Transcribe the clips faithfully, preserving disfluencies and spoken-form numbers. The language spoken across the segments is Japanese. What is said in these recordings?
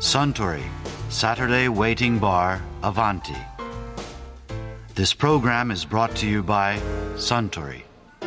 Suntory Saturday Waiting Bar Avanti. This program is brought to you by Suntory.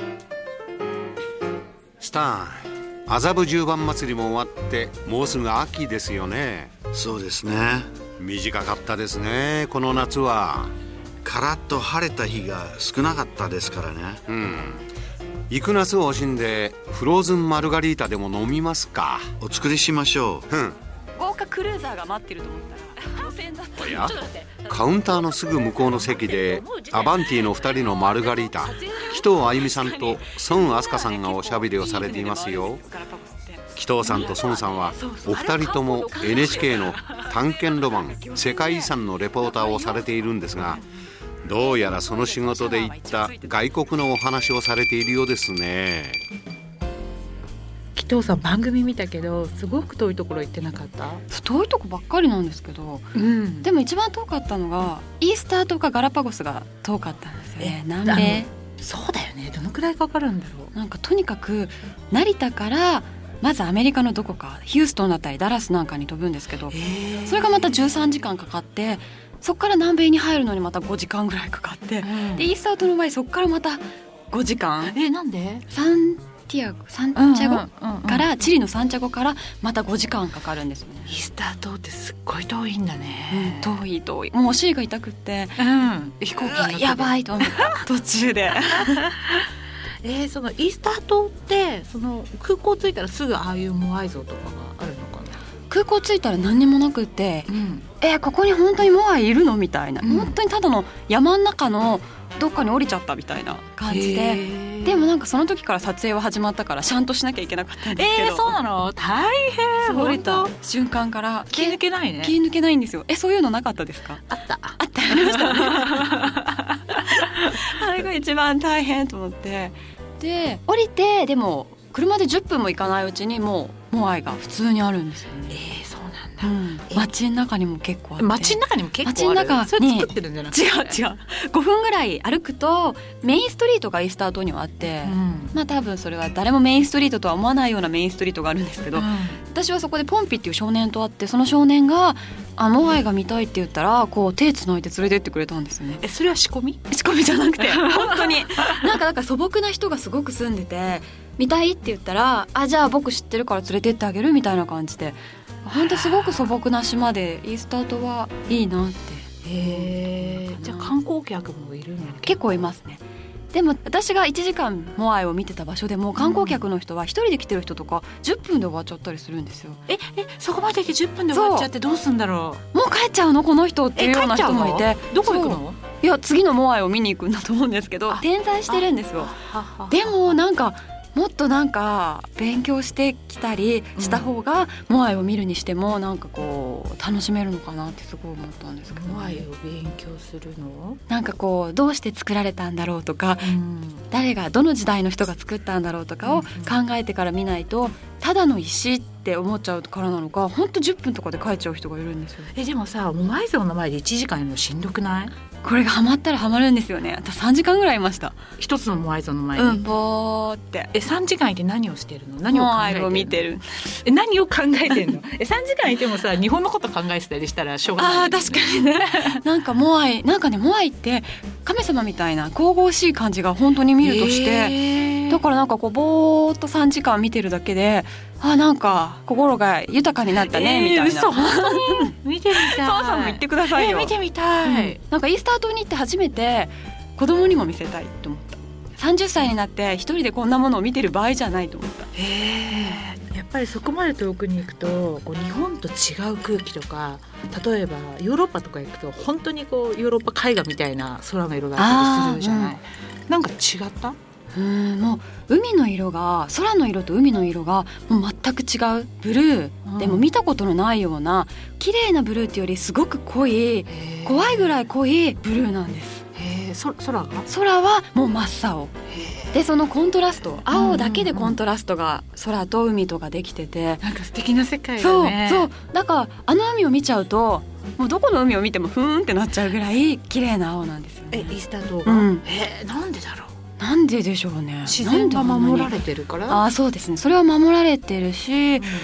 スタン、麻布十番祭りも終わってもうすぐ秋ですよね。 そうですね。 短かったですね、この夏は。 カラッと晴れた日が少なかったですからね。 うん。行く夏を惜しんでフローズンマルガリータでも飲みますか。 お作りしましょう。 うん。 豪華クルーザーが待ってると思ったら路線だった。 おや、カウンターのすぐ向こうの席でアバンティのふたりのマルガリータ、紀藤あゆみさんと孫飛鳥さんがおしゃべりをされていますよ。紀藤さんと孫さんはお二人とも エヌエイチケー の探検ロマン世界遺産のレポーターをされているんですが、どうやらその仕事で行った外国のお話をされているようですね。 紀藤さん、番組見たけどすごく遠いところ行ってなかった？ 遠いとこばっかりなんですけど、 うん、 でも一番遠かったのがイースター島かガラパゴスが遠かったんですよね。南米。 そうだよね。どのくらいかかるんだろう。 なんかとにかく成田からまずアメリカのどこかヒューストンだったりダラスなんかに飛ぶんですけど、それがまたじゅうさんじかんかかって、そこから南米に入るのにまたごじかんぐらいかかって、うん、でイースター島の場合そこからまたごじかん。 え、なんで？ サンティアゴサンチャゴからチリのサンチャゴからまたごじかんかかるんですよね。 イースター島ってすっごい遠いんだね、 うん、遠い遠い。もうお尻が痛くって、 うん、飛行機に乗ってやばいと思った途中でえー、そのイースター島ってその空港着いたらすぐああいうモアイ像とかがあるのかな？ 空港着いたら何にもなくって、 うん、 えー、ここに本当にモアイいるのみたいな、 うん、 本当にただの山の中のどっかに降りちゃったみたいな感じで、でもなんかその時から撮影は始まったからシャンとしなきゃいけなかったんですけど、 えー、そうなの？大変。 降りた瞬間から気抜けないね。 気抜けないんですよ。え、そういうのなかったですか？ あったあったありましたねあれが一番大変と思って、で降りてでも車でじゅっぷんも行かないうちにもうモアイが普通にあるんですよね。 えー、そうなんだ、 うん、街の中にも結構あって。 街の中にも結構ある。 街の中にそれ作ってるんじゃなくて？ 違う違うごふんぐらい歩くとメインストリートがイースター島にはあって、 うん、 まあ多分それは誰もメインストリートとは思わないようなメインストリートがあるんですけど、うん、私はそこでポンピっていう少年と会って、その少年があモアイが見たいって言ったらこう手つないで連れてってくれたんですよね。 え、それは仕込み？ 仕込みじゃなくて本当になんかなんか素朴な人がすごく住んでて、見たいって言ったらあじゃあ僕知ってるから連れてってあげるみたいな感じで、本当すごく素朴な島でイースター島はいいなって。 へー、じゃあ観光客もいるの？ 結構いますね。でも私がいちじかんモアイを見てた場所でも観光客の人は一人で来てる人とかじゅっぷんで終わっちゃったりするんですよ。 ええそこまでじゅっぷんで終わっちゃってどうすんだろう。もう帰っちゃうのこの人っていうような人もいて。 どこ行くの？ いや次のモアイを見に行くんだと思うんですけど、点在してるんですよ。でもなんかもっとなんか勉強してきたりした方が、うん、モアイを見るにしてもなんかこう楽しめるのかなってすごい思ったんですけど、ね、 モアイを勉強するの？ なんかこうどうして作られたんだろうとか、うん、誰がどの時代の人が作ったんだろうとかを考えてから見ないと、ただの石って思っちゃうからなのか、ほんとじゅっぷんとかで帰っちゃう人がいるんですよ。 えでもさ、モアイ像の前でいちじかんいるのしんどくない？ これがハマったらハマるんですよね。あとさんじかんぐらいいました。 一つのモアイ像の前に、 うん、ぼーって。 えさんじかんいて何をしてるの？何を考えてるの？ モアイを見てる。 え何を考えてるの？えさんじかんいてもさ日本のこと考えてたりしたらしょうがない、ね、 あ確かにねなんかモアイなんかねモアイって神様みたいな神々しい感じが本当に見るとして、えー、だからなんかこうぼーっとさんじかん見てるだけで、あなんか心が豊かになったね、えー、みたいな。 嘘本当に見てみたい。 澤さんも言ってくださいよ。 えー、見てみたい、 うん、なんかイースター島に行って初めて子供にも見せたいと思った。さんじゅっさいになって一人でこんなものを見てる場合じゃないと思った。 へー、やっぱりそこまで遠くに行くとこう日本と違う空気とか、例えばヨーロッパとか行くと本当にこうヨーロッパ絵画みたいな空の色があったりするじゃない、うん、なんか違った？ うんもう海の色が空の色と海の色がもう全く違うブルー、うん、でも見たことのないような綺麗なブルーっていうよりすごく濃い怖いぐらい濃いブルーなんです。 へー、そ空が空はもう真っ青で、そのコントラスト青だけでコントラストが空と海とかできてて、 なんか素敵な世界だね。 そうそうだからあの海を見ちゃうともうどこの海を見てもふーんってなっちゃうぐらい綺麗な青なんですよね。 えイースター島が、うん、えー、なんでだろう。 なんででしょうね。 自然が守られてるから。 あそうですね、それは守られてるし、うん、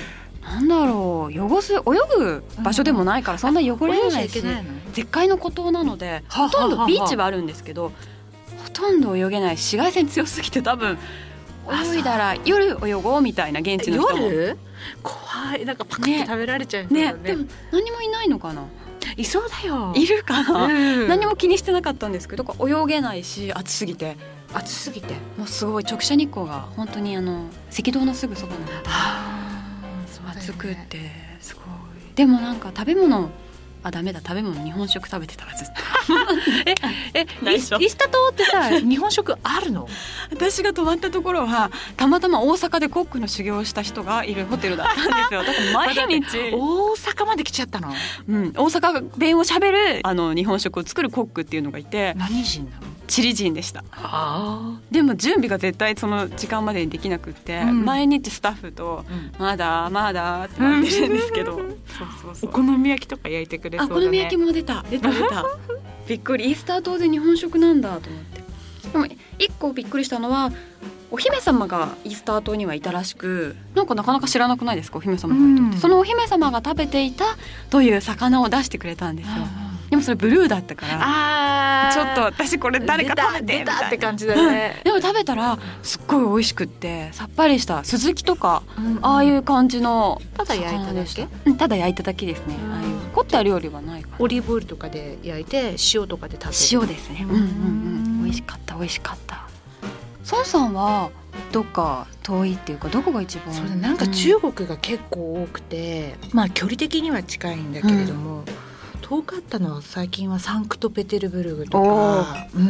なんだろう、汚す泳ぐ場所でもないからそんな汚れないし、絶海の孤島なのでほとんどビーチはあるんですけど、ほとんど泳げないし、紫外線強すぎて多分泳いだら夜泳ごうみたいな、現地の人も。 夜怖い、なんかパクって食べられちゃうんだよね。 ね、でも何もいないのかな。 いそうだよ。 いるかな、 うん、 何も気にしてなかったんですけど、泳げないし暑すぎて暑すぎてもうすごい直射日光が本当にあの赤道のすぐそばなので、暑くってすごい。でもなんか食べ物、あダメだ、食べ物日本食食べてたわずっとええイスタ島ってさ日本食あるの？ 私が泊まったところはたまたま大阪でコックの修行をした人がいるホテルだったんですよ。だから毎日大阪まで来ちゃったの、 うん、大阪弁をしゃべるあの日本食を作るコックっていうのがいて。 何人なの？ チリ人でした。 あでも準備が絶対その時間までにできなくって、うん、毎日スタッフと、うん、まだまだってなってるんですけど、うん、そうそうそう、 お好み焼きとか焼いてくれそうだね。 あ、お好み焼きも出た出た出たびっくり、イースター島で日本食なんだと思って。でも一個びっくりしたのはお姫様がイースター島にはいたらしく、なんかなかなか知らなくないですか、お姫様がいるって、うん、そのお姫様が食べていたという魚を出してくれたんですよ。でもそれブルーだったから、あちょっと私これ誰か食べてみたいなって感じだねでも食べたらすっごい美味しくってさっぱりしたスズキとか、うん、ああいう感じのただ焼いただけ、 うん、ただ焼いただけですね、うん、ああいう凝った料理はないから。 オリーブオイルとかで焼いて塩とかで食べる。 塩ですね、うんうんうん、美味しかった美味しかった。孫さんはどっか遠いっていうかどこが一番？ そうだ、なんか中国が結構多くて、うん、まあ距離的には近いんだけれども、うん遠かったのは最近はサンクトペテルブルグとか、 うん、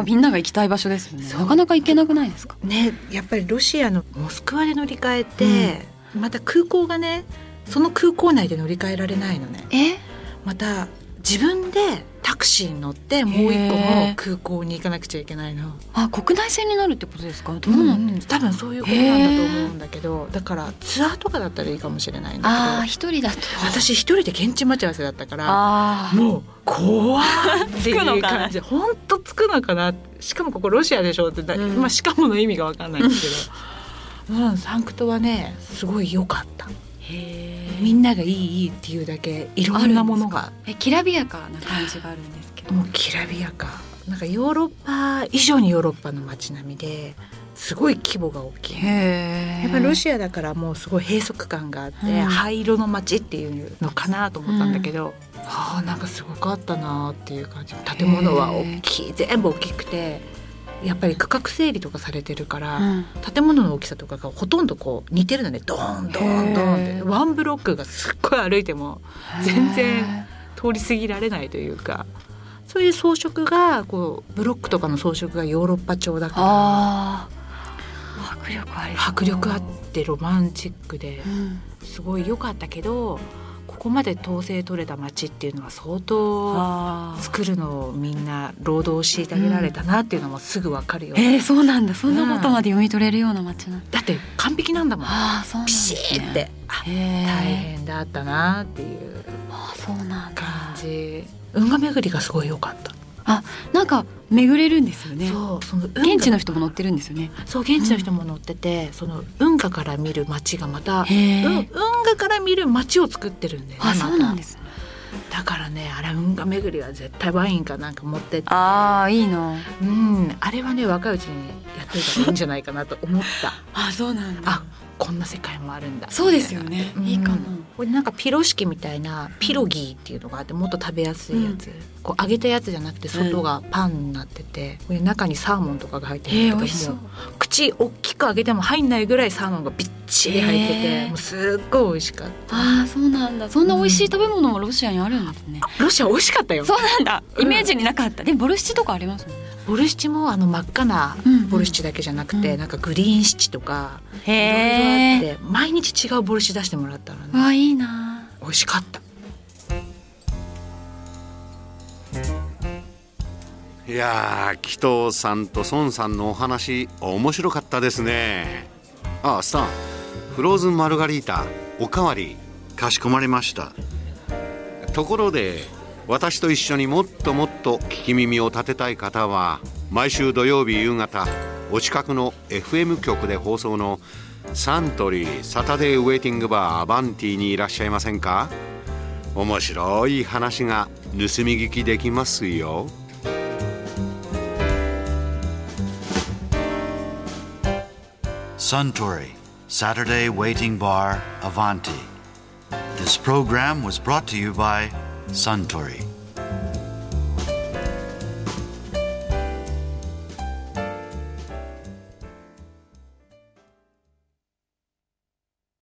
みんなが行きたい場所ですよね。なかなか行けなくないですかね。やっぱりロシアのモスクワで乗り換えて、うん、また空港がねその空港内で乗り換えられないのね。 えまた自分でタクシーに乗ってもう一個の空港に行かなくちゃいけないの。 あ、国内線になるってことですか？どうなん、 うん、多分そういうことなんだと思うんだけど、だからツアーとかだったらいいかもしれないんだけど、 あ一人だと私一人で現地待ち合わせだったからあもう怖いっていう感じで本当つくのかな。しかもここロシアでしょって、うんまあ、しかもの意味が分かんないんですけど、うん、サンクトはねすごい良かった。へみんながいいいいっていうだけいろんなものがえきらびやかな感じがあるんですけど、 もうきらびやかなんかヨーロッパ以上にヨーロッパの街並みですごい規模が大きい。へやっぱりロシアだからもうすごい閉塞感があって、うん、灰色の街っていうのかなと思ったんだけど、うん、はあなんかすごかったなっていう感じ。建物は大きい全部大きくてやっぱり区画整理とかされてるから、うん、建物の大きさとかがほとんどこう似てるのね。ドーンドーンドーンってワンブロックがすっごい歩いても全然通り過ぎられないというか、そういう装飾がこうブロックとかの装飾がヨーロッパ調だからあ迫力あり迫力あってロマンチックですごい良かったけど、ここまで統制取れた街っていうのは相当作るのをみんな労働を虐げられたなっていうのもすぐ分かるよ、 うん、えー、そうなんだ。そんなことまで読み取れるような街なんだ、 だって完璧なんだもん。 あそうなんですね、 ピシッてあ大変だったなっていう感じ。運河巡りがすごい良かった。 あなんか巡れるんですよね。 そうその現地の人も乗ってるんですよね。 そう現地の人も乗ってて、うん、その運河から見る街がまた、うん、運河から見る街を作ってるんだよね。 あそうなんですね。 だからねあれ運河巡りは絶対ワインかなんか持ってって、 あいいの、 うん、あれはね若いうちにやっといたらいいんじゃないかなと思ったあそうなんだ。 あこんな世界もあるんだ。 そうですよね、うん、いいかも。 これなんかピロシキみたいなピロギーっていうのがあって、もっと食べやすいやつ、うん、こう揚げたやつじゃなくて外がパンになってて、これ中にサーモンとかが入ってるんだけど、美味しそう。口大きく揚げても入んないぐらいサーモンがびっちり入ってて、もうすっごい美味しかった。 あそうなんだ。そんな美味しい食べ物もロシアにあるんですね、 うん、ロシア美味しかったよ。 そうなんだ、イメージになかった、うん、でもボルシチとかありますもんね。 ボルシチもあの真っ赤なボルシチだけじゃなくて、うんうん、なんかグリーンシチとかいろいろあって毎日違うボルシチ出してもらったのね。 わいいな。 美味しかった。 いや紀藤さんと孫さんのお話面白かったですね。あスタンフローズンマルガリータおかわり。 かしこまりました。 ところで私と一緒にもっともっと聞き耳を立てたい方は毎週土曜日夕方お近くの エフエム 局で放送のサントリーサタデーウェイティングバーアバンティにいらっしゃいませんか？面白い話が盗み聞きできますよ。 Suntory Saturday Waiting Bar Avanti. This program was brought to you by Suntory.